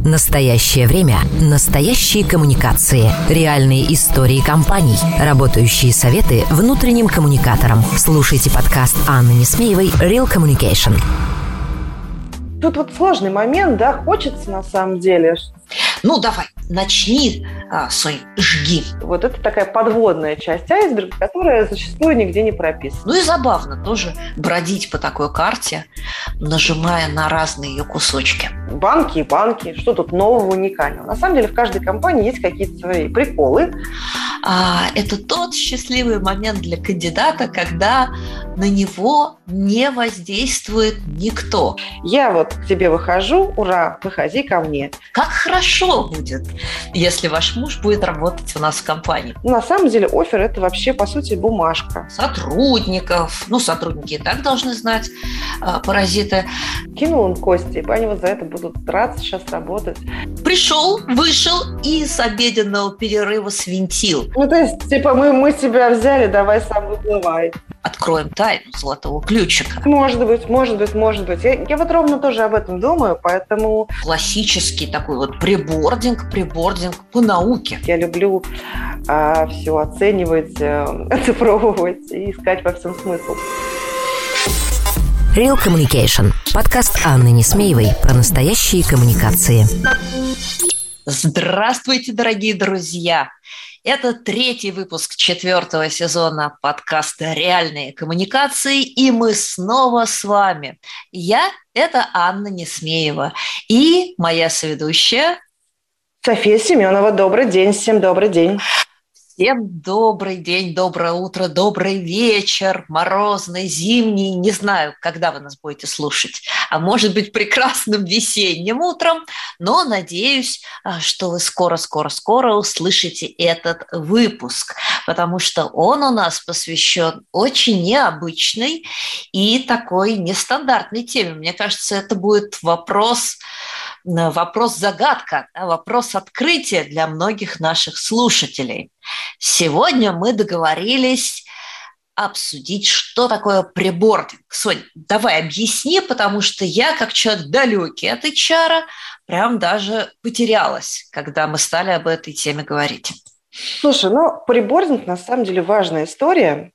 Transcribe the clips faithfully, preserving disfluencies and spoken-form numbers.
Настоящее время, настоящие коммуникации, реальные истории компаний, работающие советы внутренним коммуникаторам. Слушайте подкаст Анны Несмеевой «Real Communication». Тут вот сложный момент, да, хочется на самом деле. Ну, давай, начни, а, Сонь, жги. Вот это такая подводная часть айсберга, которая зачастую нигде не прописана. Ну и забавно тоже бродить по такой карте, нажимая на разные ее кусочки. Банки и банки, что тут нового, уникального? На самом деле в каждой компании есть какие-то свои приколы. А, это тот счастливый момент для кандидата, когда на него не воздействует никто. Я вот к тебе выхожу, ура, выходи ко мне. Как хорошо будет, если ваш муж будет работать у нас в компании. На самом деле оффер – это вообще, по сути, бумажка. Сотрудников, ну, сотрудники и так должны знать, а, паразиты. Кинул им кости, и они вот за это будут драться, сейчас работать. Пришел, вышел и с обеденного перерыва свинтил. Ну, то есть, типа, мы, мы тебя взяли, давай сам выплывай. Откроем тайну золотого ключика. Может быть, может быть, может быть. Я, я вот ровно тоже об этом думаю, поэтому... Классический такой вот прибординг, прибординг по науке. Я люблю а, все оценивать, а, оцифровывать и искать во всем смысл. Real Communication. Подкаст Анны Несмеевой про настоящие коммуникации. Здравствуйте, дорогие друзья! Это третий выпуск четвертого сезона подкаста «Реальные коммуникации», и мы снова с вами. Я – это Анна Несмеева, и моя соведущая София Семенова. Добрый день, всем добрый день. Всем добрый день, доброе утро, добрый вечер, морозный, зимний. Не знаю, когда вы нас будете слушать, а может быть, прекрасным весенним утром, но надеюсь, что вы скоро-скоро-скоро услышите этот выпуск, потому что он у нас посвящен очень необычной и такой нестандартной теме. Мне кажется, это будет вопрос... Вопрос-загадка, вопрос-открытия для многих наших слушателей. Сегодня мы договорились обсудить, что такое прибординг. Сонь, давай объясни, потому что я, как человек далекий от эйч ар, прям даже потерялась, когда мы стали об этой теме говорить. Слушай, ну, прибординг на самом деле важная история.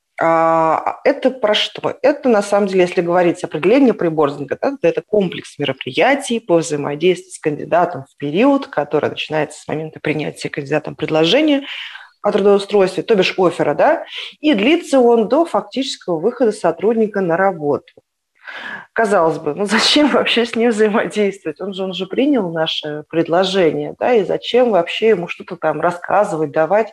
Это про что? Это, на самом деле, если говорить определение прибординга, да, то это комплекс мероприятий по взаимодействию с кандидатом в период, который начинается с момента принятия кандидатом предложения о трудоустройстве, то бишь оффера, да, и длится он до фактического выхода сотрудника на работу. Казалось бы, ну зачем вообще с ним взаимодействовать? Он же, он же принял наше предложение, да, и зачем вообще ему что-то там рассказывать, давать?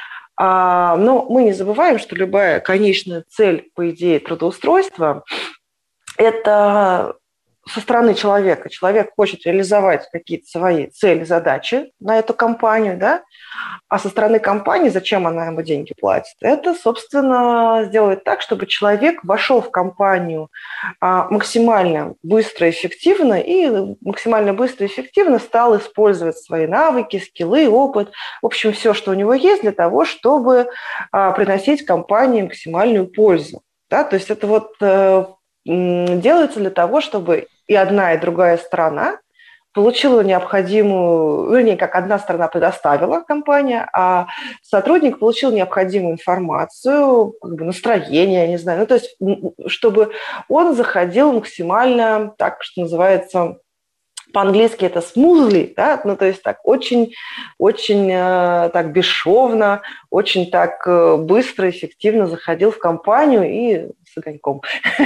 А, но мы не забываем, что любая конечная цель, по идее, трудоустройства – это со стороны человека. Человек хочет реализовать какие-то свои цели, задачи на эту компанию, да? А со стороны компании, зачем она ему деньги платит? Это, собственно, сделать так, чтобы человек вошел в компанию максимально быстро и эффективно, и максимально быстро и эффективно стал использовать свои навыки, скиллы, опыт, в общем, все, что у него есть, для того, чтобы приносить компании максимальную пользу. Да? То есть это вот делается для того, чтобы и одна, и другая сторона получила необходимую, вернее, как одна сторона предоставила компания, а сотрудник получил необходимую информацию, как бы настроение, я не знаю, ну, то есть чтобы он заходил максимально, так, что называется, по-английски это smoothly, да, ну, то есть так очень, очень э, так бесшовно, очень так э, быстро, эффективно заходил в компанию и с огоньком.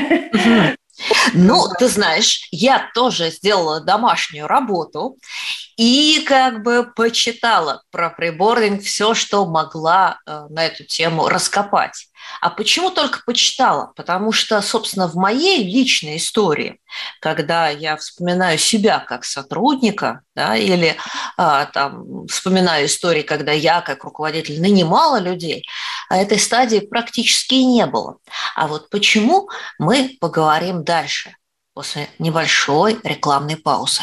Ну, ты знаешь, я тоже сделала домашнюю работу и как бы почитала про прибординг все, что могла э, на эту тему раскопать. А почему только почитала? Потому что, собственно, в моей личной истории, когда я вспоминаю себя как сотрудника, да, или а, там, вспоминаю истории, когда я как руководитель нанимала людей, а этой стадии практически и не было. А вот почему, мы поговорим дальше, после небольшой рекламной паузы.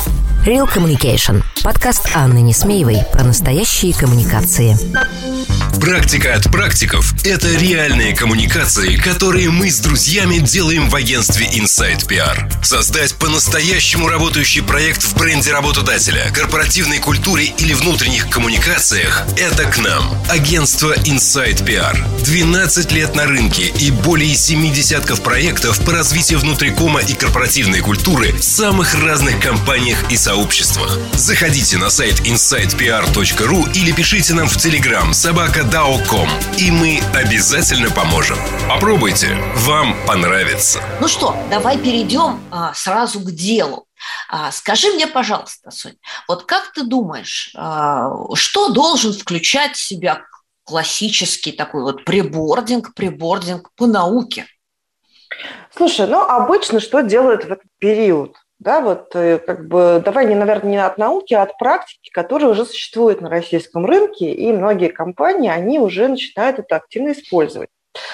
Real Communication. Подкаст Анны Несмеевой про настоящие коммуникации. Практика от практиков – это реальные коммуникации, которые мы с друзьями делаем в агентстве Inside пи ар. Создать по-настоящему работающий проект в бренде работодателя, корпоративной культуре или внутренних коммуникациях – это к нам. Агентство Inside пи ар. двенадцать лет на рынке и более семи десятков проектов по развитию внутрикома и корпоративной культуры в самых разных компаниях и сообществах. Заходите на сайт инсайд пи ар точка ру или пишите нам в Telegram собака дао точка ком, и мы обязательно поможем. Попробуйте, вам понравится. Ну что, давай перейдем а, сразу к делу. А, скажи мне, пожалуйста, Сонь, вот как ты думаешь, а, что должен включать в себя классический такой вот прибординг, прибординг по науке? Слушай, ну обычно что делают в этот период? Да, вот как бы давай, не, наверное, не от науки, а от практики, которая уже существует на российском рынке, и многие компании, они уже начинают это активно использовать.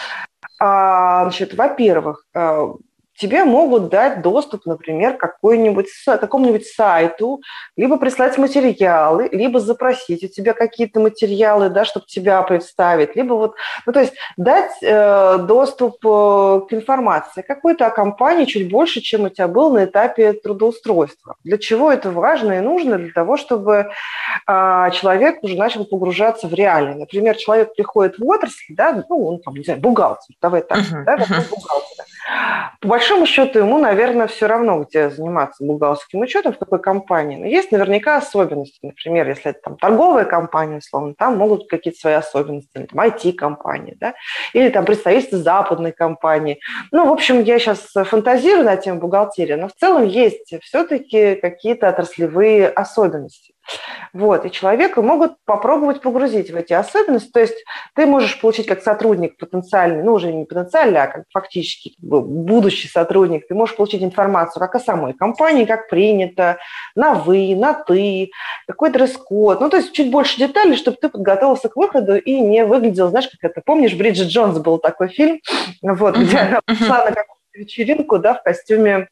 А, значит, во-первых, тебе могут дать доступ, например, к какой-нибудь, какому-нибудь сайту, либо прислать материалы, либо запросить у тебя какие-то материалы, да, чтобы тебя представить, либо вот, ну, то есть дать э, доступ э, к информации какой-то о компании чуть больше, чем у тебя был на этапе трудоустройства. Для чего это важно и нужно? Для того, чтобы э, человек уже начал погружаться в реальное. Например, человек приходит в отрасль, да, ну, он там, не знаю, бухгалтер, давай так, uh-huh, да, uh-huh. бухгалтера. По большому счету ему, наверное, все равно, где заниматься бухгалтерским учетом, в какой компании. Но есть наверняка особенности. Например, если это там торговая компания, условно, там могут быть какие-то свои особенности, или там ай ти-компания, да, или там представительство западной компании. Ну, в общем, я сейчас фантазирую на тему бухгалтерии, но в целом есть все-таки какие-то отраслевые особенности. Вот, и человека могут попробовать погрузить в эти особенности. То есть ты можешь получить как сотрудник потенциальный, ну уже не потенциальный, а как фактически как бы будущий сотрудник, ты можешь получить информацию как о самой компании, как принято, на «вы», на «ты», какой дресс-код. Ну, то есть чуть больше деталей, чтобы ты подготовился к выходу и не выглядел, знаешь, как это, помнишь, Бриджит Джонс был такой фильм, вот, uh-huh, где она пришла uh-huh. на какую-то вечеринку, да, в костюме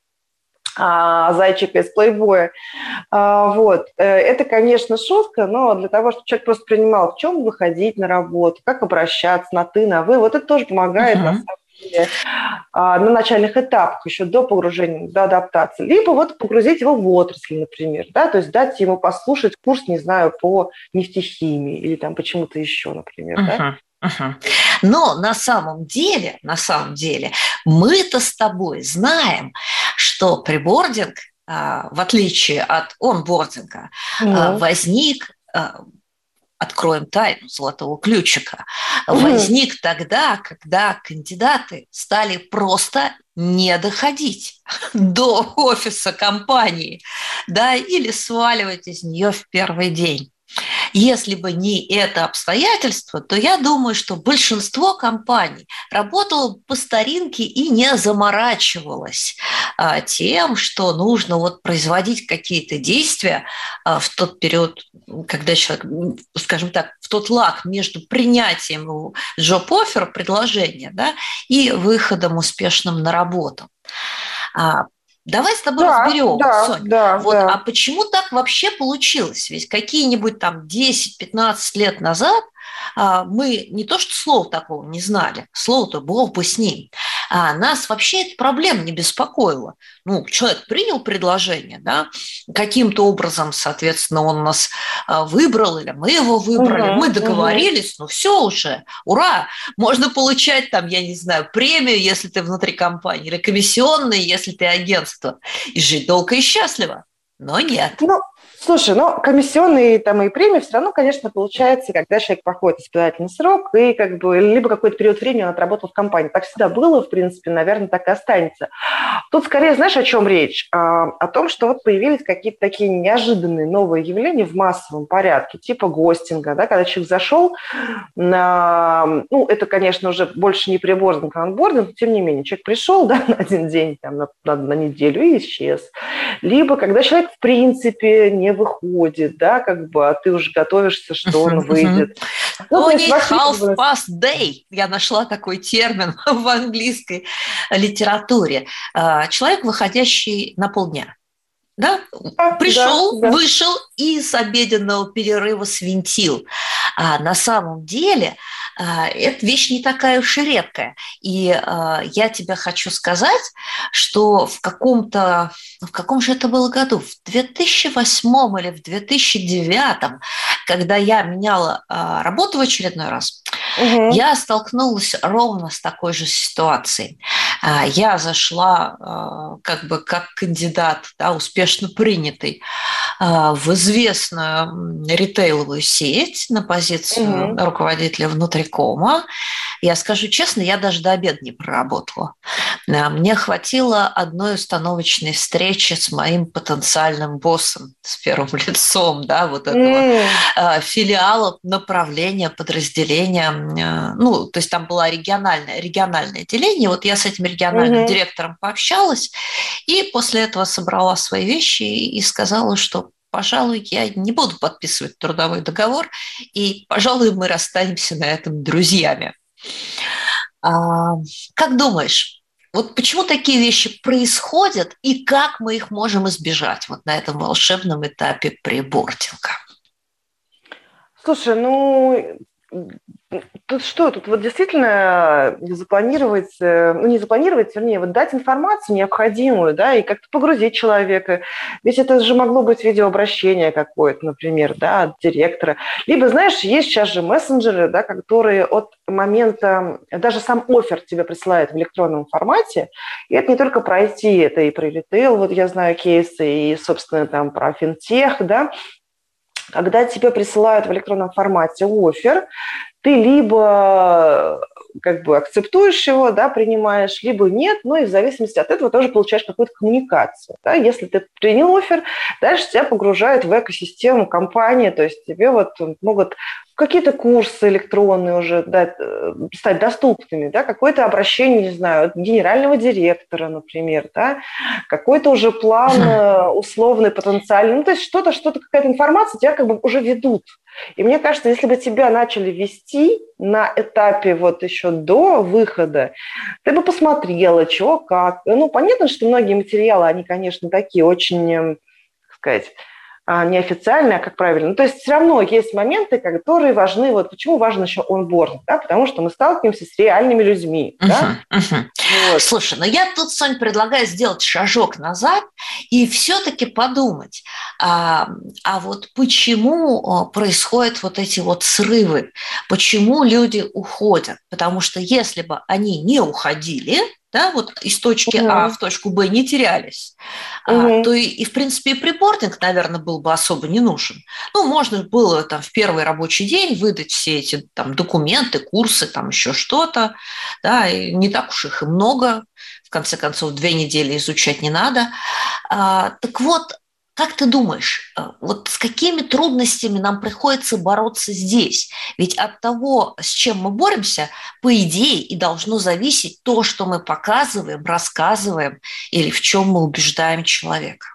А, зайчика из плейбоя. А, вот. Это, конечно, шутка, но для того, чтобы человек просто принимал, в чем выходить на работу, как обращаться на «ты», на «вы», вот это тоже помогает, uh-huh. на самом деле, на начальных этапах, еще до погружения, до адаптации. Либо вот погрузить его в отрасль, например, да, то есть дать ему послушать курс, не знаю, по нефтехимии или там почему-то еще, например, uh-huh. да. Uh-huh. Но на самом деле, на самом деле, мы-то с тобой знаем, что прибординг, в отличие от онбординга, mm-hmm. возник, откроем тайну золотого ключика, mm-hmm. возник тогда, когда кандидаты стали просто не доходить до офиса компании, да, или сваливать из нее в первый день. Если бы не это обстоятельство, то я думаю, что большинство компаний работало по старинке и не заморачивалось а, тем, что нужно вот производить какие-то действия а, в тот период, когда человек, скажем так, в тот лаг между принятием его джоб-оффера, предложения, да, и выходом успешным на работу. А, Давай с тобой да, разберем, да, Сонь, да, вот, да. А почему так вообще получилось? Ведь какие-нибудь там десять-пятнадцать лет назад а, мы не то что слова такого не знали, слово-то бог бы с ним, а нас вообще эта проблема не беспокоила. Ну, человек принял предложение, да, каким-то образом, соответственно, он нас а, выбрал, или мы его выбрали, угу, мы договорились, угу. ну все уже, ура, можно получать там, я не знаю, премию, если ты внутри компании, или комиссионные, если ты агентство, и жить долго и счастливо. Но нет. Ну, слушай, ну, комиссионные там и премии все равно, конечно, получается, когда человек проходит испытательный срок и как бы либо какой-то период времени он отработал в компании. Так всегда было, в принципе, наверное, так и останется. Тут скорее, знаешь, о чем речь? А, о том, что вот появились какие-то такие неожиданные новые явления в массовом порядке, типа гостинга, да, когда человек зашел на... Ну, это, конечно, уже больше не прибординг, а онбординг, но тем не менее, человек пришел, да, на один день, там, на, на, на неделю и исчез. Либо когда человек, в принципе, не выходит, да, как бы, а ты уже готовишься, что он выйдет. Ну, не half past day. Я нашла такой термин в английской литературе. Человек, выходящий на полдня. Да? А, Пришел, да, да. вышел и с обеденного перерыва свинтил. А на самом деле а, эта вещь не такая уж и редкая. И а, я тебе хочу сказать, что в каком-то, в каком же это было году? В две тысячи восьмом или в две тысячи девятом, когда я меняла а, работу в очередной раз, Угу. я столкнулась ровно с такой же ситуацией. Я зашла как бы как кандидат, да, успешно принятый в известную ритейловую сеть на позицию Угу. руководителя внутрикома. Я скажу честно, я даже до обеда не проработала. Мне хватило одной установочной встречи с моим потенциальным боссом, с первым лицом, да, вот этого mm. филиала, направления, подразделения. Ну, то есть там было региональное, региональное отделение. Вот я с этим региональным mm-hmm. директором пообщалась, и после этого собрала свои вещи и сказала, что, пожалуй, я не буду подписывать трудовой договор, и, пожалуй, мы расстанемся на этом друзьями. А, как думаешь, вот почему такие вещи происходят и как мы их можем избежать вот на этом волшебном этапе прибординга? Слушай, ну тут что, тут вот действительно запланировать, ну не запланировать, вернее, вот дать информацию необходимую, да, и как-то погрузить человека. Ведь это же могло быть видеообращение какое-то, например, да, от директора. Либо, знаешь, есть сейчас же мессенджеры, да, которые от момента, даже сам оффер тебе присылает в электронном формате, и это не только про ай ти, это и про ритейл, вот я знаю кейсы, и, собственно, там про финтех, да, когда тебе присылают в электронном формате оффер, ты либо как бы акцептуешь его, да, принимаешь, либо нет, но и в зависимости от этого тоже получаешь какую-то коммуникацию. Да. Если ты принял оффер, дальше тебя погружают в экосистему компании, то есть тебе вот могут какие-то курсы электронные уже да, стать доступными, да, какое-то обращение, не знаю, от генерального директора, например, да, какой-то уже план условный, потенциальный, ну, то есть что-то, что-то, какая-то информация тебя как бы уже ведут. И мне кажется, если бы тебя начали вести на этапе вот еще до выхода, ты бы посмотрела, чего, как. Ну, понятно, что многие материалы, они, конечно, такие очень, как сказать, неофициальные, а как правильно. Ну, то есть все равно есть моменты, которые важны. Вот почему важен еще онбординг, да? Потому что мы сталкиваемся с реальными людьми. Uh-huh, да? uh-huh. Вот. Слушай, ну я тут, Сонь, предлагаю сделать шажок назад и все-таки подумать, а, а вот почему происходят вот эти вот срывы, почему люди уходят? Потому что если бы они не уходили, да, вот из точки угу. А в точку Б не терялись, угу. а, то и, и, в принципе, и прибординг, наверное, был бы особо не нужен. Ну, можно было там в первый рабочий день выдать все эти там документы, курсы, там еще что-то, да, и не так уж их и много, в конце концов, две недели изучать не надо. А, так вот, как ты думаешь, вот с какими трудностями нам приходится бороться здесь? Ведь от того, с чем мы боремся, по идее, и должно зависеть то, что мы показываем, рассказываем или в чем мы убеждаем человека.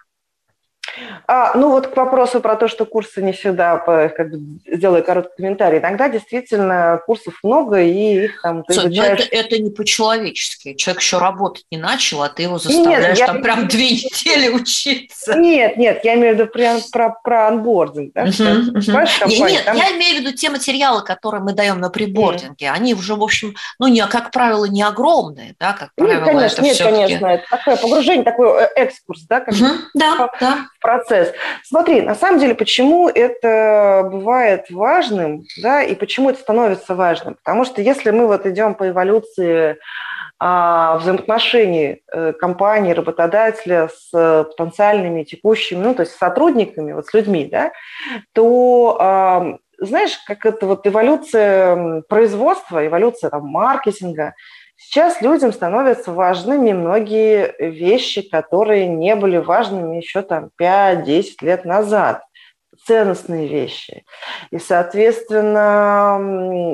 А, ну вот к вопросу про то, что курсы не всегда, как бы, сделаю короткий комментарий, иногда действительно курсов много, и их там ты Соль, изучаешь... это, это не по-человечески. Человек еще работать не начал, а ты его заставляешь нет, там я... прям две недели учиться. Нет, нет, я имею в виду про, про, про анбординг. Да, uh-huh, uh-huh. Компания, нет, там... я имею в виду те материалы, которые мы даем на прибординге. Uh-huh. Они уже, в общем, ну, не, как правило, не огромные. Да, как правило, нет, конечно, это нет, все-таки... конечно. Это такое погружение, такой экскурс, да, как uh-huh, да, по, да. в процесс. Смотри, на самом деле, почему это бывает важным, да, и почему это становится важным? Потому что если мы вот идем по эволюции а, взаимоотношений э, компании, работодателя с потенциальными текущими, ну, то есть с сотрудниками, вот с людьми, да, то, а, знаешь, как это вот эволюция производства, эволюция там, маркетинга, сейчас людям становятся важными многие вещи, которые не были важными еще там пять-десять лет назад. Ценностные вещи. И, соответственно,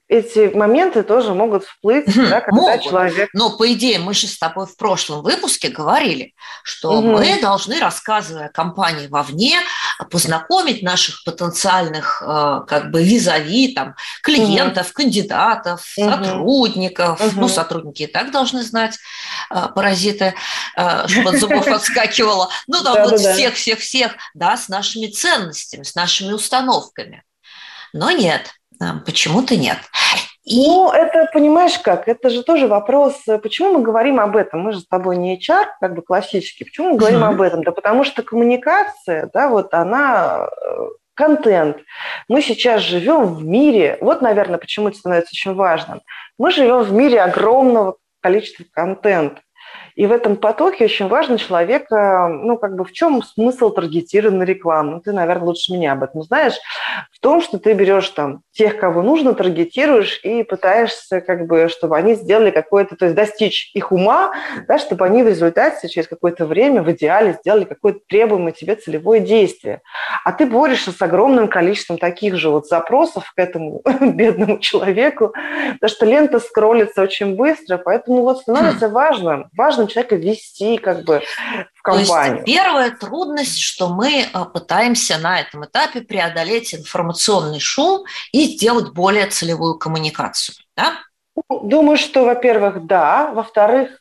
эти моменты тоже могут всплыть, угу, да, когда могут. Человек... Но, по идее, мы же с тобой в прошлом выпуске говорили, что угу. мы должны, рассказывая о компании вовне, познакомить наших потенциальных как бы визави, там, клиентов, угу. кандидатов, угу. сотрудников. Угу. Ну, сотрудники и так должны знать паразиты, чтобы от зубов отскакивало. Ну, там вот всех-всех-всех, да, с нашими ценностями, с нашими установками. Но нет. Почему-то нет. И... Ну, это, понимаешь как, это же тоже вопрос, почему мы говорим об этом? Мы же с тобой не эйч ар, как бы классический. Почему мы говорим uh-huh. об этом? Да потому что коммуникация, да, вот она, контент. Мы сейчас живем в мире, вот, наверное, почему это становится очень важным. Мы живем в мире огромного количества контента. И в этом потоке очень важно человека, ну, как бы в чем смысл таргетированной рекламы? Ну, ты, наверное, лучше меня об этом знаешь. В том, что ты берешь там тех, кого нужно, таргетируешь и пытаешься, как бы, чтобы они сделали какое-то, то есть достичь их ума, да, чтобы они в результате через какое-то время в идеале сделали какое-то требуемое тебе целевое действие. А ты борешься с огромным количеством таких же вот запросов к этому бедному человеку, потому что лента скроллится очень быстро, поэтому вот становится важным, важным человека ввести как бы в компанию. То есть первая трудность, что мы пытаемся на этом этапе преодолеть информационный шум и сделать более целевую коммуникацию, да? Думаю, что, во-первых, да. Во-вторых,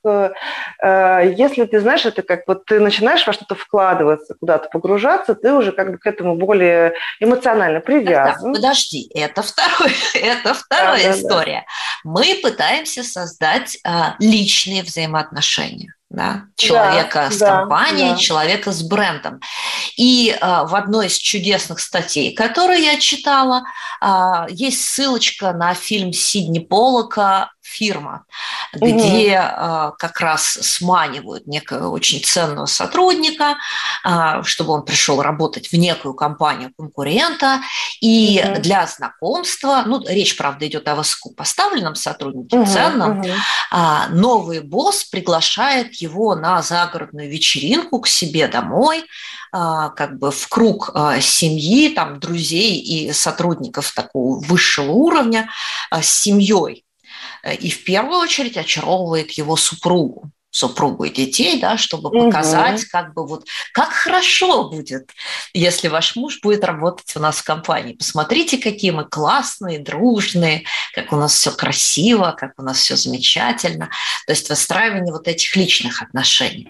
если ты знаешь, это как вот ты начинаешь во что-то вкладываться, куда-то погружаться, ты уже как бы к этому более эмоционально привязан. Да, подожди, это второе, это вторая да, история. Да, да. Мы пытаемся создать личные взаимоотношения. Да, человека да, с да, компанией, да. человека с брендом. И а, в одной из чудесных статей, которую я читала, а, есть ссылочка на фильм Сидни Поллака «Фирма», угу. где а, как раз сманивают некого очень ценного сотрудника, а, чтобы он пришел работать в некую компанию конкурента. И угу. для знакомства, ну, речь, правда, идет о высокопоставленном сотруднике, угу, ценном, угу. а, новый босс приглашает его на загородную вечеринку к себе домой, как бы в круг семьи, там, друзей и сотрудников такого высшего уровня с семьей. И в первую очередь очаровывает его супругу. супругу и детей, да, чтобы показать, угу. как бы вот, как хорошо будет, если ваш муж будет работать у нас в компании. Посмотрите, какие мы классные, дружные, как у нас все красиво, как у нас все замечательно. То есть выстраивание вот этих личных отношений.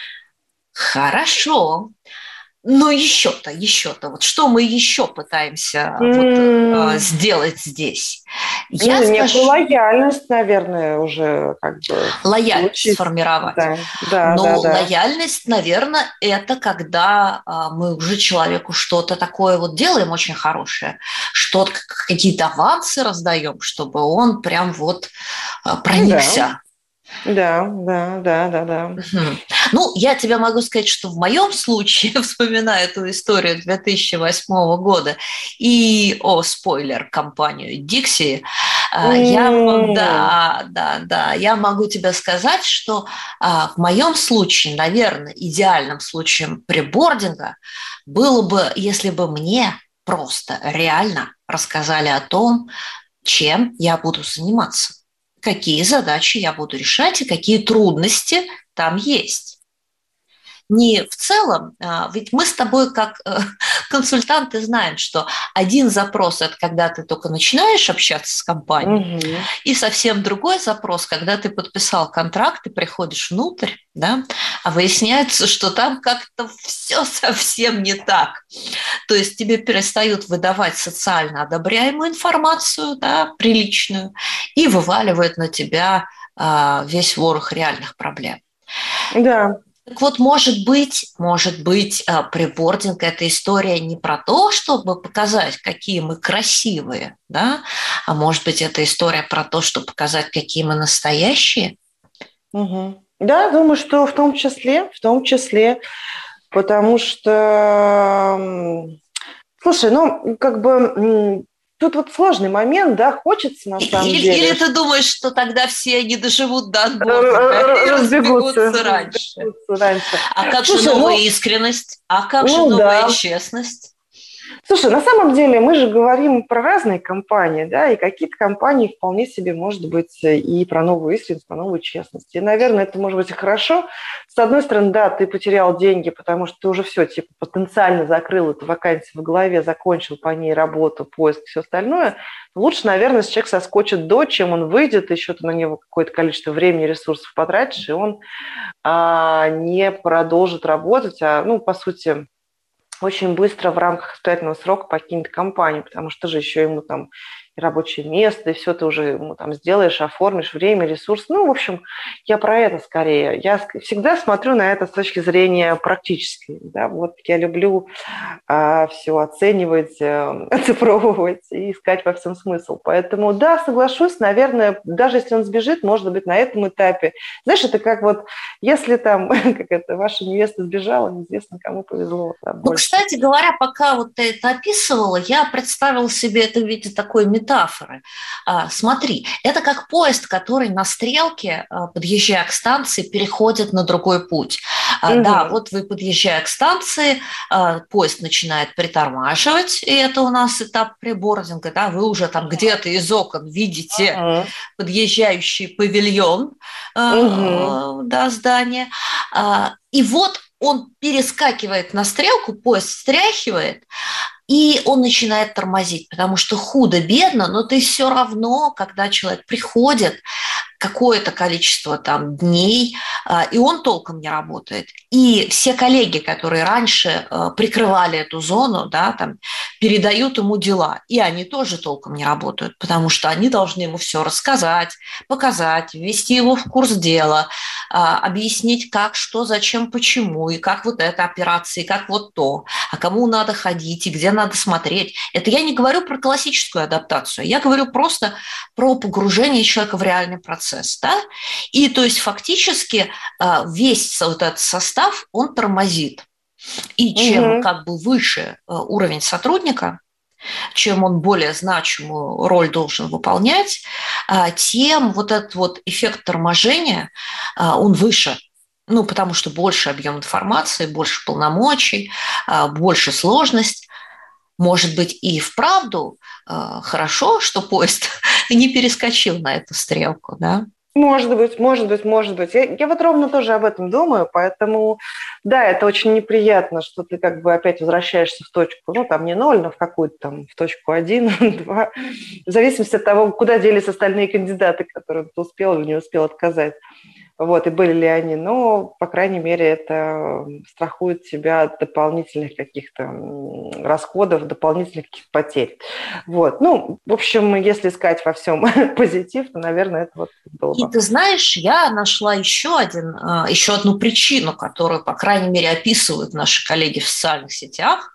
Хорошо. Но еще-то, еще-то, вот что мы еще пытаемся mm. вот, э, сделать здесь? Я ну, скажу, лояльность, наверное, уже как бы... Лояльность учить. Сформировать. Да, да, Но да, да. лояльность, наверное, это когда э, мы уже человеку что-то такое вот делаем очень хорошее, что-то, какие-то авансы раздаем, чтобы он прям вот э, проникся. Да. Да, да, да, да, да. Угу. Ну, я тебе могу сказать, что в моем случае, вспоминая эту историю две тысячи восьмого года и, о, спойлер, компанию Dixie, mm. я, да, да, да, я могу тебе сказать, что в моем случае, наверное, идеальным случаем прибординга было бы, если бы мне просто реально рассказали о том, чем я буду заниматься, какие задачи я буду решать и какие трудности там есть. Не в целом, ведь мы с тобой как консультанты знаем, что один запрос – это когда ты только начинаешь общаться с компанией, угу. и совсем другой запрос, когда ты подписал контракт и приходишь внутрь, да, а выясняется, что там как-то все совсем не так. То есть тебе перестают выдавать социально одобряемую информацию, да, приличную, и вываливают на тебя весь ворох реальных проблем. Да. Так вот, может быть, может быть, прибординг – это история не про то, чтобы показать, какие мы красивые, да, а может быть, это история про то, чтобы показать, какие мы настоящие. Угу. Да, думаю, что в том числе, в том числе, потому что, слушай, ну, как бы... Тут вот сложный момент, да, хочется на самом или, деле. Или ты думаешь, что тогда все они доживут до отбора и разбегутся раньше. раньше. А как Слушай, же новая ну, искренность? А как ну, же новая да. честность? Слушай, на самом деле мы же говорим про разные компании, да, и какие-то компании вполне себе, может быть, и про новую искренность, про новую честность. И, наверное, это может быть и хорошо. С одной стороны, да, ты потерял деньги, потому что ты уже все, типа, потенциально закрыл эту вакансию в голове, закончил по ней работу, поиск, все остальное. Лучше, наверное, если человек соскочит до, чем он выйдет, еще ты на него какое-то количество времени, ресурсов потратишь, и он а, не продолжит работать, а, ну, по сути, очень быстро в рамках испытательного срока покинет компанию, потому что же еще ему там и рабочее место, и все ты уже ему там сделаешь, оформишь время, ресурс. Ну, в общем, я про это скорее. Я всегда смотрю на это с точки зрения практической. Да? Вот я люблю а, все оценивать, а, оцифровывать и искать во всем смысл. Поэтому, да, соглашусь, наверное, даже если он сбежит, может быть, на этом этапе. Знаешь, это как вот, если там, как это, ваша невеста сбежала, неизвестно, кому повезло. Там, ну, кстати говоря, пока вот ты это описывала, я представила себе это в виде такой метафоры. Метафоры. Смотри, это как поезд, который на стрелке, подъезжая к станции, переходит на другой путь. Угу. Да, вот вы, подъезжая к станции, поезд начинает притормаживать, и это у нас этап прибординга, да, вы уже там где-то из окон видите угу. подъезжающий павильон угу. да, здания. И вот он перескакивает на стрелку, поезд встряхивает, и он начинает тормозить, потому что худо-бедно, но ты все равно, когда человек приходит, какое-то количество там дней, и он толком не работает. И все коллеги, которые раньше прикрывали эту зону, да, там, передают ему дела, и они тоже толком не работают, потому что они должны ему все рассказать, показать, ввести его в курс дела, объяснить, как, что, зачем, почему, и как вот эта операция, и как вот то, а кому надо ходить, и где надо смотреть. Это я не говорю про классическую адаптацию, я говорю просто про погружение человека в реальный процесс. Да? И то есть фактически весь вот этот состав, он тормозит. И чем угу. как бы выше уровень сотрудника, чем он более значимую роль должен выполнять, тем вот этот вот эффект торможения, он выше. Ну, потому что больше объем информации, больше полномочий, больше сложность. Может быть, и вправду хорошо, что поезд не перескочил на эту стрелку, да? Может быть, может быть, может быть. Я, я вот ровно тоже об этом думаю, поэтому, да, это очень неприятно, что ты как бы опять возвращаешься в точку, ну, там не ноль, но в какую-то там, в точку один, два, в зависимости от того, куда делись остальные кандидаты, которым ты успел или не успел отказать. Вот, и были ли они, но, по крайней мере, это страхует тебя от дополнительных каких-то расходов, дополнительных каких-то потерь. Вот, ну, в общем, если искать во всем позитив, то, наверное, это вот было бы. И ты знаешь, я нашла еще, один, еще одну причину, которую, по крайней мере, описывают наши коллеги в социальных сетях,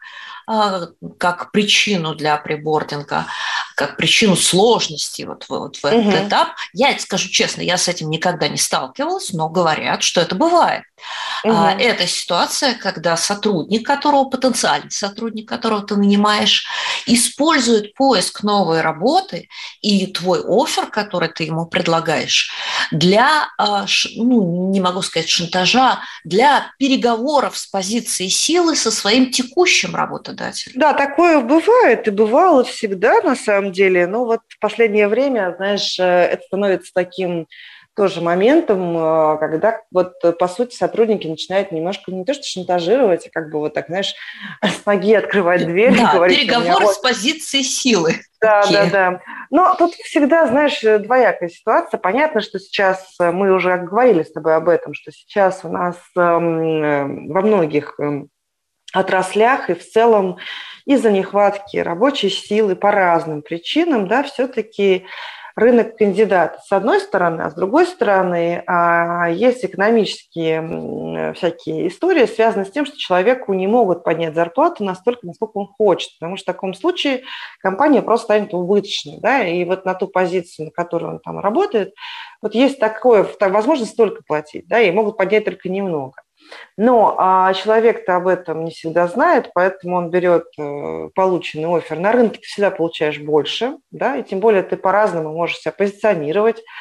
как причину для прибординга, как причину сложности вот, вот в этот угу. этап. Я скажу честно, я с этим никогда не сталкивалась, но говорят, что это бывает. Угу. Это ситуация, когда сотрудник, которого, потенциальный сотрудник, которого ты нанимаешь, использует поиск новой работы и твой оффер, который ты ему предлагаешь, для, ну, не могу сказать шантажа, для переговоров с позиции силы со своим текущим работодателем. Да, такое бывает и бывало всегда на самом деле, но вот в последнее время, знаешь, это становится таким тоже моментом, когда вот по сути сотрудники начинают немножко не то что шантажировать, а как бы вот так, знаешь, с ноги открывать дверь. Да, и говорить, переговоры с позиции силы. Да, да, да. Но тут всегда, знаешь, двоякая ситуация. Понятно, что сейчас, мы уже говорили с тобой об этом, что сейчас у нас во многих отраслях и в целом из-за нехватки рабочей силы по разным причинам, да, все-таки рынок кандидатов с одной стороны, а с другой стороны есть экономические всякие истории, связанные с тем, что человеку не могут поднять зарплату настолько, насколько он хочет, потому что в таком случае компания просто станет убыточной, да, и вот на ту позицию, на которой он там работает, вот есть такое, возможность столько платить, да, и могут поднять только немного. Но а человек-то об этом не всегда знает, поэтому он берет э, полученный оффер. На рынке ты всегда получаешь больше, да, и тем более ты по-разному можешь себя позиционировать.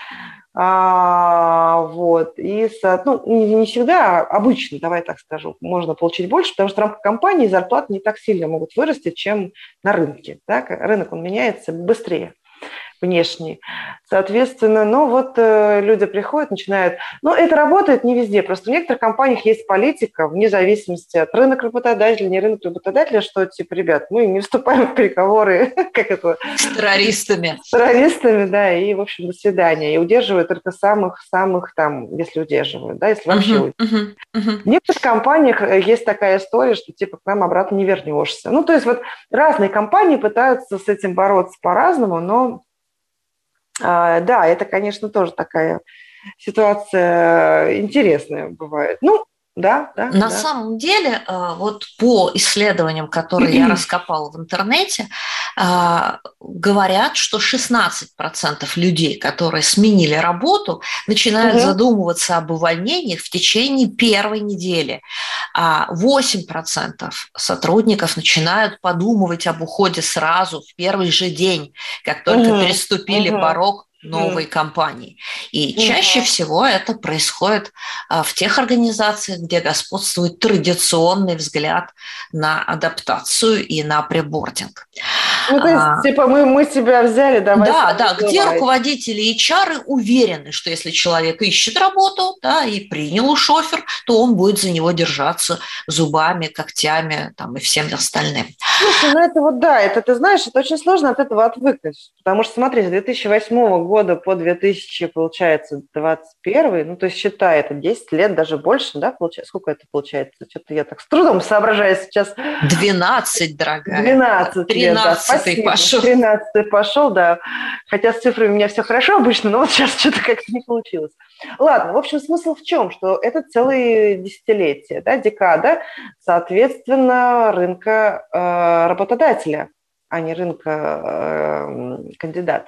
А, вот. И, ну, не, не всегда, а обычно, давай так скажу, можно получить больше, потому что в рамках компании зарплаты не так сильно могут вырасти, чем на рынке. Так? Рынок, он меняется быстрее. Внешний. Соответственно, ну вот э, люди приходят, начинают... Ну, это работает не везде. Просто в некоторых компаниях есть политика, вне зависимости от рынка работодателя, не рынка работодателя, что, типа, ребят, мы не вступаем в переговоры как это, с террористами. С террористами, да, и, в общем, до свидания. И удерживают только самых-самых там, если удерживают, да, если вообще uh-huh, удерживают. Uh-huh, uh-huh. В некоторых компаниях есть такая история, что, типа, к нам обратно не вернешься. Ну, то есть вот разные компании пытаются с этим бороться по-разному, но да, это, конечно, тоже такая ситуация интересная бывает. Ну, да, да. На да. самом деле, вот по исследованиям, которые я раскопала в интернете, говорят, что шестнадцать процентов людей, которые сменили работу, начинают угу. задумываться об увольнениях в течение первой недели, а восемь процентов сотрудников начинают подумывать об уходе сразу в первый же день, как только угу. переступили угу. порог новой компании. И чаще всего это происходит в тех организациях, где господствует традиционный взгляд на адаптацию и на прибординг. Ну, то есть, а, типа, мы, мы себя взяли, давай. Да, да, где давай. Руководители эйч ар уверены, что если человек ищет работу, да, и принял уж оффер, то он будет за него держаться зубами, когтями там, и всем остальным. Слушай, ну это вот, да, это, ты знаешь, это очень сложно от этого отвыкнуть, потому что, смотри, с две тысячи восьмого года по две тысячи, получается, двадцать первый, ну, то есть, считай, это десять лет, даже больше, да, получается, сколько это получается? Что-то я так с трудом соображаю сейчас. двенадцать, дорогая. двенадцать лет, да, спасибо. Пошел. тринадцатый пошел, да. Хотя с цифрами у меня все хорошо обычно, но вот сейчас что-то как-то не получилось. Ладно, в общем, смысл в чем? Что это целые десятилетия, да, декада, соответственно, рынка э, работодателя, а не рынка э, кандидата.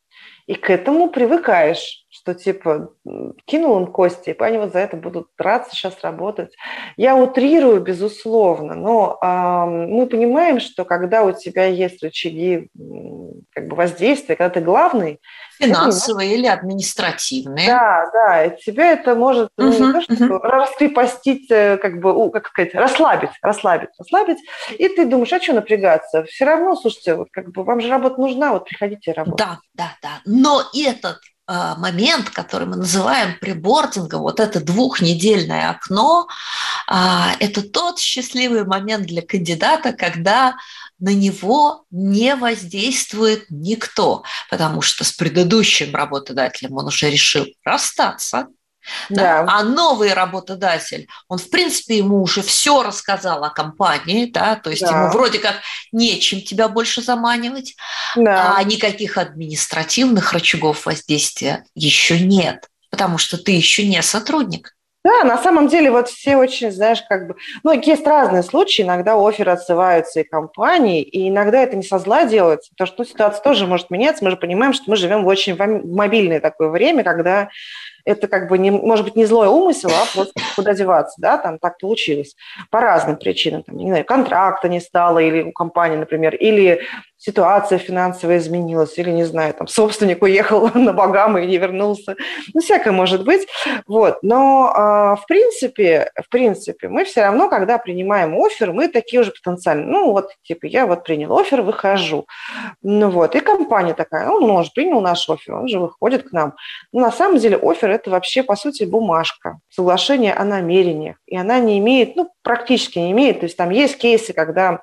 И к этому привыкаешь, что типа кинул им кости, и они вот за это будут драться, сейчас работать. Я утрирую, безусловно, но э, мы понимаем, что когда у тебя есть рычаги как бы воздействия, когда ты главный, финансовые или административные. Да, да, тебя это может uh-huh, ну, не то, что uh-huh. раскрепостить, как бы, как сказать, расслабить, расслабить, расслабить, и ты думаешь, а что напрягаться? Все равно, слушайте, вот как бы вам же работа нужна, вот приходите работать. Да, да, да. Но этот э, момент, который мы называем прибордингом, вот это двухнедельное окно, э, это тот счастливый момент для кандидата, когда на него не воздействует никто, потому что с предыдущим работодателем он уже решил расстаться, да. Да? А новый работодатель, он, в принципе, ему уже все рассказал о компании, да, то есть да. ему вроде как нечем тебя больше заманивать, да. а никаких административных рычагов воздействия еще нет, потому что ты еще не сотрудник. Да, на самом деле вот все очень, знаешь, как бы... Ну, есть разные случаи, иногда офферы отсылаются и компании, и иногда это не со зла делается, потому что ну, ситуация тоже может меняться. Мы же понимаем, что мы живем в очень мобильное такое время, когда это как бы, не, может быть, не злой умысел, а просто куда деваться, да, там так получилось. По разным причинам, там, не знаю, контракта не стало, или у компании, например, или ситуация финансовая изменилась, или, не знаю, там, собственник уехал на Багамы и не вернулся. Ну, всякое может быть. Вот. Но, э, в принципе, в принципе, мы все равно, когда принимаем оффер, мы такие уже потенциально, ну, вот, типа, я вот принял оффер, выхожу. Ну, вот. И компания такая, ну, он же принял наш оффер, он же выходит к нам. Но на самом деле оффер – это вообще, по сути, бумажка, соглашение о намерениях. И она не имеет, ну, практически не имеет. То есть там есть кейсы, когда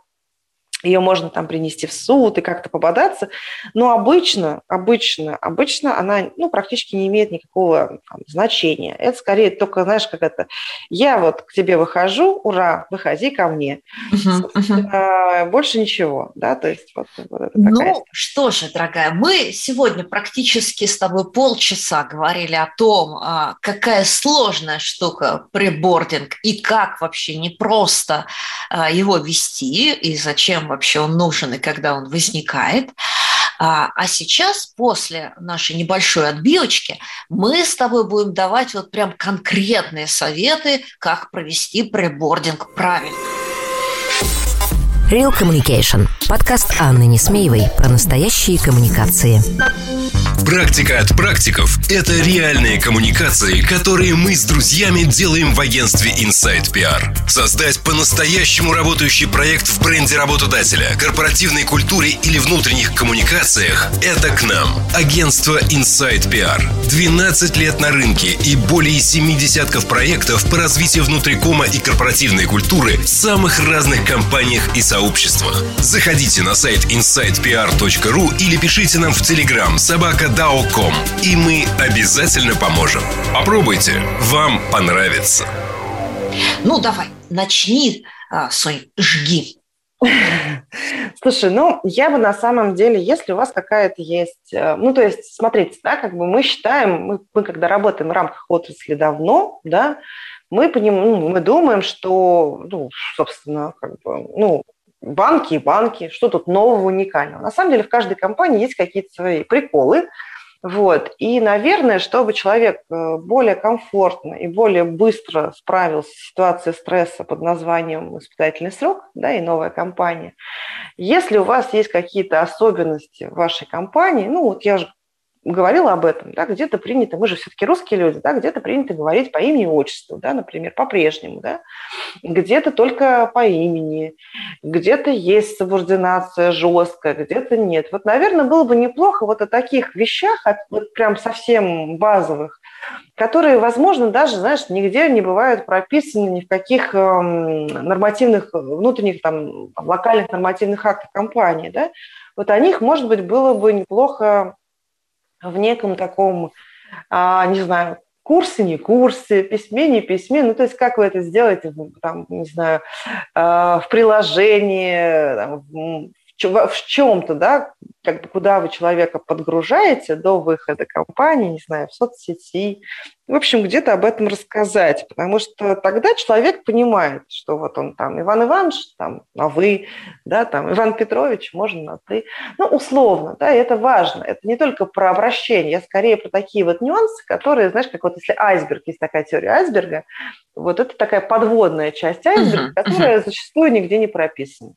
ее можно там принести в суд и как-то пободаться, но обычно, обычно, обычно она, ну, практически не имеет никакого там, значения. Это скорее только, знаешь, как это, я вот к тебе выхожу, ура, выходи ко мне. Uh-huh, uh-huh. Больше ничего, да, то есть вот, вот это ну, такая... что же, дорогая, мы сегодня практически с тобой полчаса говорили о том, какая сложная штука прибординг и как вообще непросто его вести и зачем вообще он нужен и когда он возникает. А сейчас, после нашей небольшой отбивочки, мы с тобой будем давать вот прям конкретные советы, как провести прибординг правильно. Real Communication. Подкаст Анны Несмеевой про настоящие коммуникации. Практика от практиков – это реальные коммуникации, которые мы с друзьями делаем в агентстве Inside пи ар. Создать по-настоящему работающий проект в бренде работодателя, корпоративной культуре или внутренних коммуникациях – это к нам. Агентство Inside пи ар. двенадцать лет на рынке и более семи десятков проектов по развитию внутрикома и корпоративной культуры в самых разных компаниях и сообществах. Заходите на сайт инсайд пи ар точка ру или пишите нам в Telegram собака дао точка ком, и мы обязательно поможем. Попробуйте, вам понравится. Ну, давай, начни а, свой жги. Слушай, ну, я бы на самом деле, если у вас какая-то есть... Ну, то есть, смотрите, да, как бы мы считаем, мы, мы когда работаем в рамках отрасли давно, да, мы, поним, ну, мы думаем, что, ну, собственно, как бы, ну, банки и банки, что тут нового, уникального. На самом деле в каждой компании есть какие-то свои приколы. Вот. И, наверное, чтобы человек более комфортно и более быстро справился с ситуацией стресса под названием испытательный срок, да, и новая компания, если у вас есть какие-то особенности в вашей компании, ну вот я же говорила об этом, да, где-то принято, мы же все-таки русские люди, да, где-то принято говорить по имени и отчеству, да, например, по-прежнему, да, где-то только по имени, где-то есть субординация жесткая, где-то нет. Вот, наверное, было бы неплохо вот о таких вещах, вот прям совсем базовых, которые, возможно, даже, знаешь, нигде не бывают прописаны ни в каких эм, нормативных, внутренних, там, локальных нормативных актах компании, да, вот о них, может быть, было бы неплохо в неком таком, а, не знаю, курсе, не курсе, письме, не письме, ну, то есть как вы это сделаете, там, не знаю, а, в приложении, там, в, в чем-то, да, как бы куда вы человека подгружаете до выхода компании, не знаю, в соцсети, в общем, где-то об этом рассказать, потому что тогда человек понимает, что вот он там Иван Иванович, там, а вы, да, там, Иван Петрович, можно на ты, ну, условно, да, и это важно, это не только про обращение, а скорее про такие вот нюансы, которые, знаешь, как вот если айсберг, есть такая теория айсберга, вот это такая подводная часть айсберга, uh-huh, которая uh-huh. зачастую нигде не прописана.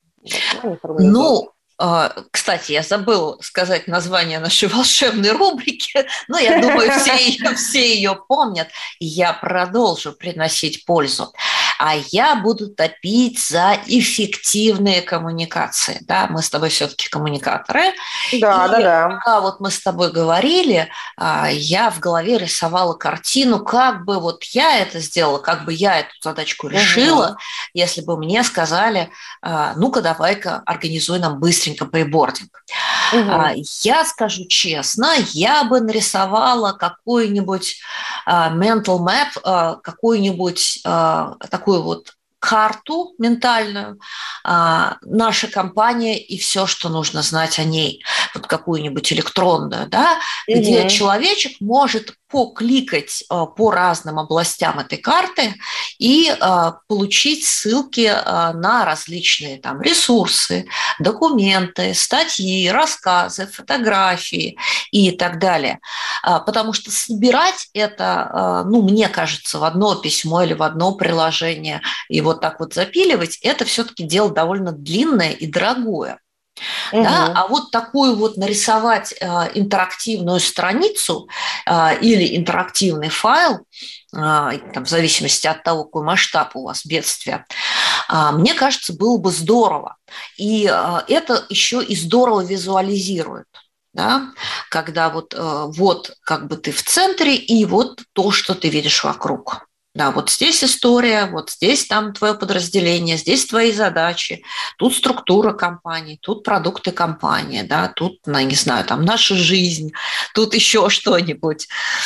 Ну, кстати, я забыла сказать название нашей волшебной рубрики, но я думаю, все ее, все ее помнят, и я продолжу приносить пользу. А я буду топить за эффективные коммуникации. Да, мы с тобой все-таки коммуникаторы. Да, и да, да. Пока вот мы с тобой говорили, я в голове рисовала картину, как бы вот я это сделала, как бы я эту задачку решила, угу. если бы мне сказали, ну-ка, давай-ка организуй нам быстренько прибординг. Угу. Я скажу честно, я бы нарисовала какой-нибудь mental map, какую-нибудь такую вот карту ментальную, наша компания и все, что нужно знать о ней, вот какую-нибудь электронную, да, угу. где человечек может покликать по разным областям этой карты и получить ссылки на различные там ресурсы, документы, статьи, рассказы, фотографии и так далее. Потому что собирать это, ну, мне кажется, в одно письмо или в одно приложение и вот так вот запиливать, это все-таки дело довольно длинное и дорогое. Угу. Да? А вот такую вот нарисовать э, интерактивную страницу э, или интерактивный файл, э, там, в зависимости от того, какой масштаб у вас бедствия, э, мне кажется, было бы здорово. И э, это еще и здорово визуализирует. Да? Когда вот, э, вот как бы ты в центре, и вот то, что ты видишь вокруг. Да, вот здесь история, вот здесь там твое подразделение, здесь твои задачи, тут структура компании, тут продукты компании, да, тут, ну, не знаю, там наша жизнь, тут еще что-нибудь.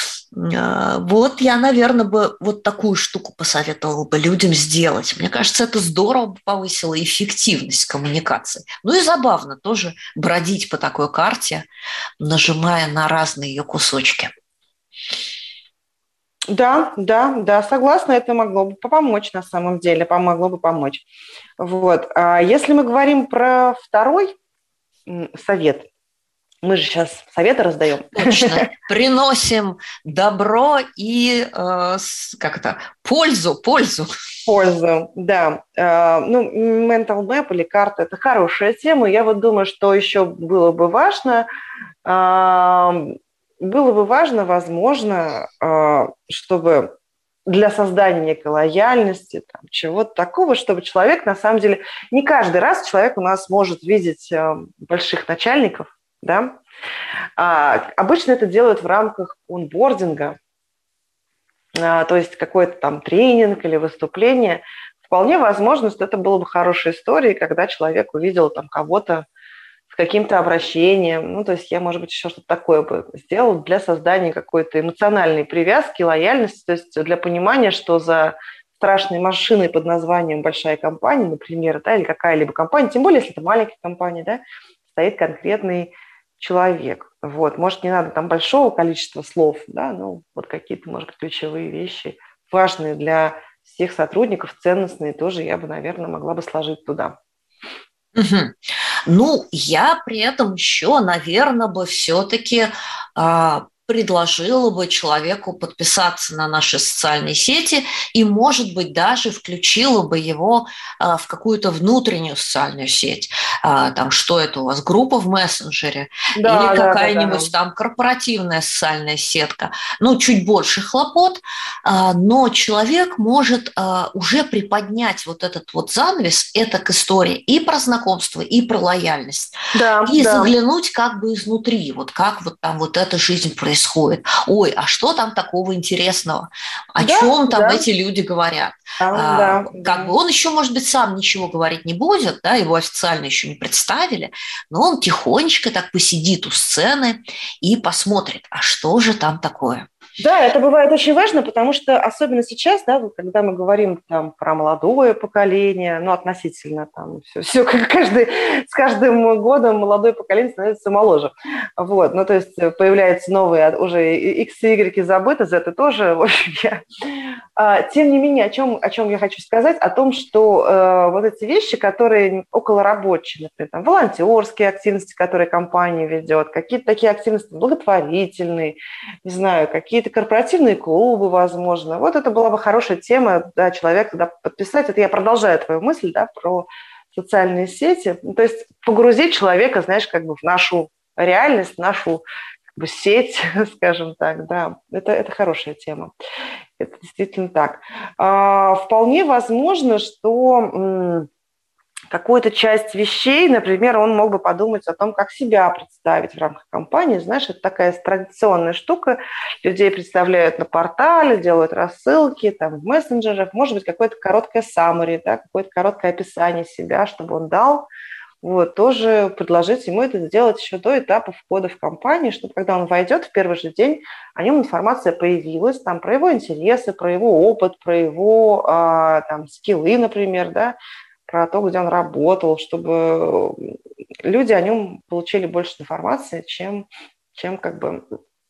Вот я, наверное, бы вот такую штуку посоветовала бы людям сделать. Мне кажется, это здорово бы повысило эффективность коммуникации. Ну и забавно тоже бродить по такой карте, нажимая на разные ее кусочки. Да, да, да, согласна, это могло бы помочь на самом деле, помогло бы помочь. Вот. А если мы говорим про второй совет, Мы же сейчас советы раздаем. Точно. Приносим добро и э, как это, пользу, пользу. Пользу, да. Ну, mental map или карта – это хорошая тема. Я вот думаю, что еще было бы важно, было бы важно, возможно, чтобы для создания некой лояльности, там, чего-то такого, чтобы человек, на самом деле, не каждый раз человек у нас может видеть больших начальников, да. А, обычно это делают в рамках онбординга, а, то есть какой-то там тренинг или выступление. Вполне возможно, что это было бы хорошей историей, когда человек увидел там кого-то с каким-то обращением. Ну, то есть я, может быть, еще что-то такое бы сделал для создания какой-то эмоциональной привязки, лояльности, то есть для понимания, что за страшной машиной под названием большая компания, например, да, или какая-либо компания, тем более, если это маленькая компания, да, стоит конкретный человек. Вот. Может, не надо там большого количества слов, да, ну, вот какие-то, может быть, ключевые вещи, важные для всех сотрудников, ценностные, тоже я бы, наверное, могла бы сложить туда. Угу. Ну, я при этом еще, наверное, бы все-таки а, предложила бы человеку подписаться на наши социальные сети и, может быть, даже включила бы его а, в какую-то внутреннюю социальную сеть. А, там, что это у вас, группа в мессенджере, да, или какая-нибудь да, да, да. там корпоративная социальная сетка. Ну, чуть больше хлопот, а, но человек может а, уже приподнять вот этот вот занавес, это к истории и про знакомство, и про лояльность. Да, и да. заглянуть как бы изнутри, вот как вот там вот эта жизнь происходит. происходит. Ой, а что там такого интересного? О да, чем там да. эти люди говорят? Да, а, да, как да. бы он еще, может быть, сам ничего говорить не будет, да, его официально еще не представили, но он тихонечко так посидит у сцены и посмотрит, а что же там такое? Да, это бывает очень важно, потому что особенно сейчас, да, когда мы говорим там про молодое поколение, ну, относительно там все, все каждый, с каждым годом молодое поколение становится моложе. Вот, ну, то есть появляются новые, уже X и Y забыты, Z тоже, в общем, я... А, тем не менее, о чем, о чем я хочу сказать, о том, что э, вот эти вещи, которые околорабочие, например, там, волонтерские активности, которые компания ведет, какие-то такие активности благотворительные, не знаю, какие-то корпоративные клубы, возможно. Вот это была бы хорошая тема, да, человек туда подписать. Это я продолжаю твою мысль, да, про социальные сети. То есть погрузить человека, знаешь, как бы в нашу реальность, в нашу как бы сеть, скажем так, да. Это, это хорошая тема. Это действительно так. А, вполне возможно, что м- какую-то часть вещей, например, он мог бы подумать о том, как себя представить в рамках компании. Знаешь, это такая традиционная штука. Людей представляют на портале, делают рассылки, там, в мессенджерах. Может быть, какое-то короткое summary, да, какое-то короткое описание себя, чтобы он дал. Вот, тоже предложить ему это сделать еще до этапа входа в компанию, чтобы когда он войдет в первый же день, о нем информация появилась, там, про его интересы, про его опыт, про его а, там, скиллы, например, да, про то, где он работал, чтобы люди о нем получили больше информации, чем, чем как бы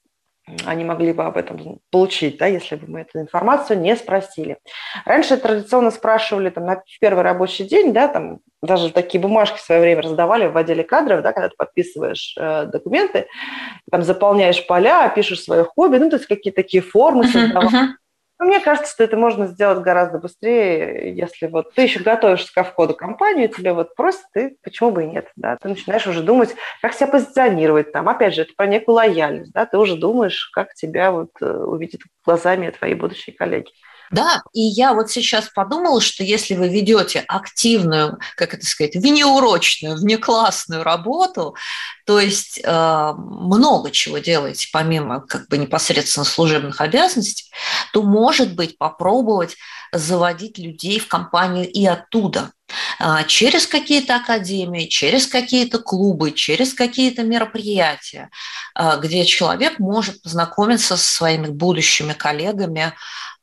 они могли бы об этом получить, да, если бы мы эту информацию не спросили. Раньше традиционно спрашивали там, на первый рабочий день, да, там, даже такие бумажки в свое время раздавали в отделе кадров, да, когда ты подписываешь э, документы, там, заполняешь поля, пишешь свое хобби, ну, то есть какие-то такие формы создавал. Uh-huh, uh-huh. Мне кажется, что это можно сделать гораздо быстрее, если вот ты еще готовишься ко входу в компанию, тебе вот просят, ты почему бы и нет, да, ты начинаешь уже думать, как себя позиционировать там, опять же, это про некую лояльность, да, ты уже думаешь, как тебя вот увидят глазами твои будущие коллеги. Да, и я вот сейчас подумала, что если вы ведете активную, как это сказать, внеурочную, внеклассную работу, то есть э, много чего делаете помимо как бы непосредственно служебных обязанностей, то, может быть, попробовать заводить людей в компанию и оттуда. Через какие-то академии, через какие-то клубы, через какие-то мероприятия, где человек может познакомиться со своими будущими коллегами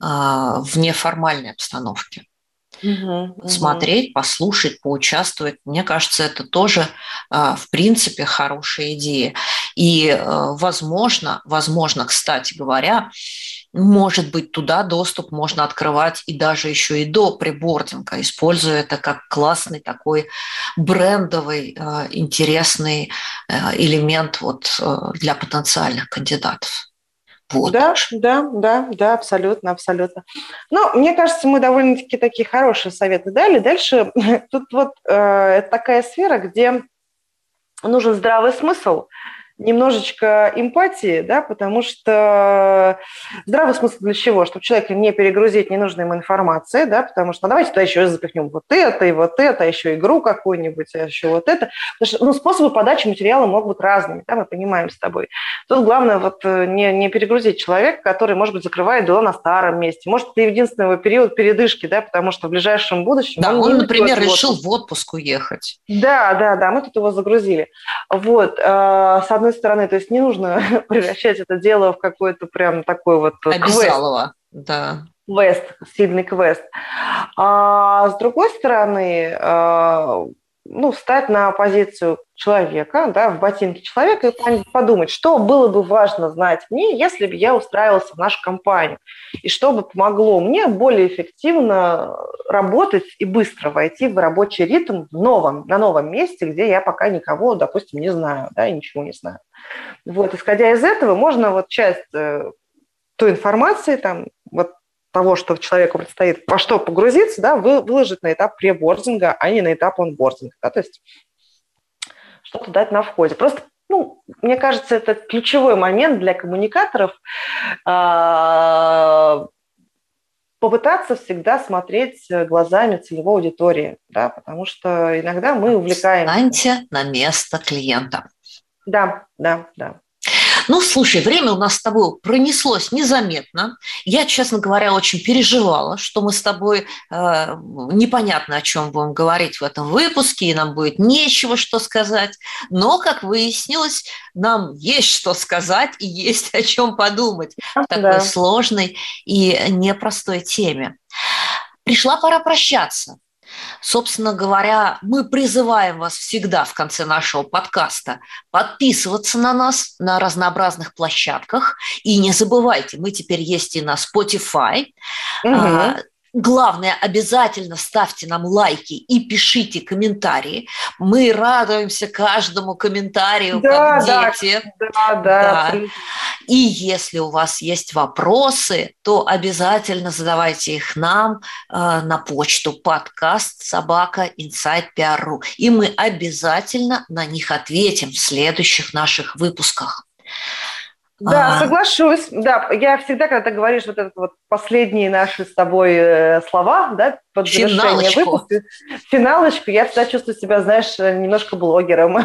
в неформальной обстановке. Угу, смотреть, угу. послушать, поучаствовать. Мне кажется, это тоже, в принципе, хорошая идея. И, возможно, возможно, кстати говоря, может быть, туда доступ можно открывать и даже еще и до прибординга, используя это как классный такой брендовый, интересный элемент вот для потенциальных кандидатов. Вот. Да, да, да, да, абсолютно, абсолютно. Ну, мне кажется, мы довольно-таки такие хорошие советы дали. Дальше тут вот э, такая сфера, где нужен здравый смысл, немножечко эмпатии, да, потому что здравый смысл для чего? Чтобы человека не перегрузить ненужной ему информацией, да, потому что ну, давайте туда еще запихнем вот это и вот это, еще игру какую-нибудь, а еще вот это. Потому что ну, способы подачи материала могут быть разными, да, мы понимаем с тобой. Тут главное вот не, не перегрузить человека, который, может быть, закрывает дела на старом месте. Может, это единственный его период передышки, да, потому что в ближайшем будущем... Да, он, он например, решил в отпуск уехать. Да, да, да, мы тут его загрузили. Вот, с одной стороны, то есть не нужно превращать это дело в какой-то прям такой вот Обязалово, да. Квест, сильный квест. А с другой стороны, ну, встать на позицию человека, да, в ботинке человека и подумать, что было бы важно знать мне, если бы я устраивался в нашу компанию, и что бы помогло мне более эффективно работать и быстро войти в рабочий ритм в новом, на новом месте, где я пока никого, допустим, не знаю, да, и ничего не знаю. Вот, исходя из этого, можно вот часть э, той информации, там, вот, того, что человеку предстоит, во что погрузиться, да, выложить на этап пребординга, а не на этап онбординга. Да, то есть что-то дать на входе. Просто, ну, мне кажется, это ключевой момент для коммуникаторов э, попытаться всегда смотреть глазами целевой аудитории, да, потому что иногда мы увлекаемся. Встаньте на место клиента. Да, да, да. Ну, слушай, время у нас с тобой пронеслось незаметно. Я, честно говоря, очень переживала, что мы с тобой э, непонятно о чем будем говорить в этом выпуске, и нам будет нечего что сказать. Но, как выяснилось, нам есть что сказать и есть о чем подумать в такой да. сложной и непростой теме. Пришла пора прощаться. Собственно говоря, мы призываем вас всегда в конце нашего подкаста подписываться на нас на разнообразных площадках. И не забывайте, мы теперь есть и на Spotify. Угу. Главное, обязательно ставьте нам лайки и пишите комментарии. Мы радуемся каждому комментарию, да, как дети. Да, да, да. И если у вас есть вопросы, то обязательно задавайте их нам э, на почту подкаст собака инсайт пи ар точка ру. И мы обязательно на них ответим в следующих наших выпусках. Да, а. соглашусь. Да, я всегда, когда ты говоришь вот это вот последние наши с тобой слова, да, под завершение выпуска, финалочку, я всегда чувствую себя, знаешь, немножко блогером.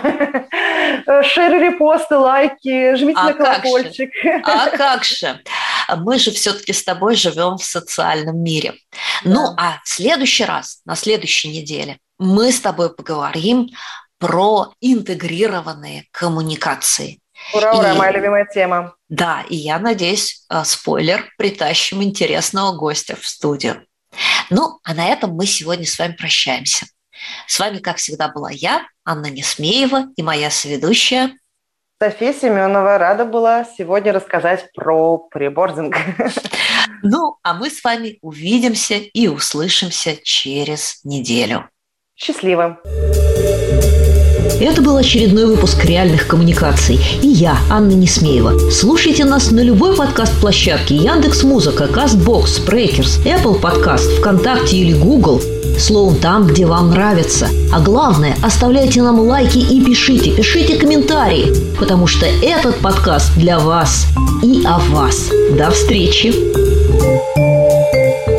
Шеры, репосты, лайки, жмите а на колокольчик. А как же? Мы же все-таки с тобой живем в социальном мире. Да. Ну, а в следующий раз, на следующей неделе, мы с тобой поговорим про интегрированные коммуникации. Ура, ура, и, моя любимая тема. Да, и я надеюсь, спойлер, притащим интересного гостя в студию. Ну, а на этом мы сегодня с вами прощаемся. С вами, как всегда, была я, Анна Несмеева, и моя соведущая София Семенова. Рада была сегодня рассказать про пребординг. Ну, а мы с вами увидимся и услышимся через неделю. Счастливо! Это был очередной выпуск «Реальных коммуникаций». И я, Анна Несмеева. Слушайте нас на любой подкаст-площадке: Яндекс.Музыка, Кастбокс, Спрейкерс, Apple Podcast, ВКонтакте или Google. Словом, там, где вам нравится. А главное, оставляйте нам лайки и пишите, пишите комментарии, потому что этот подкаст для вас и о вас. До встречи!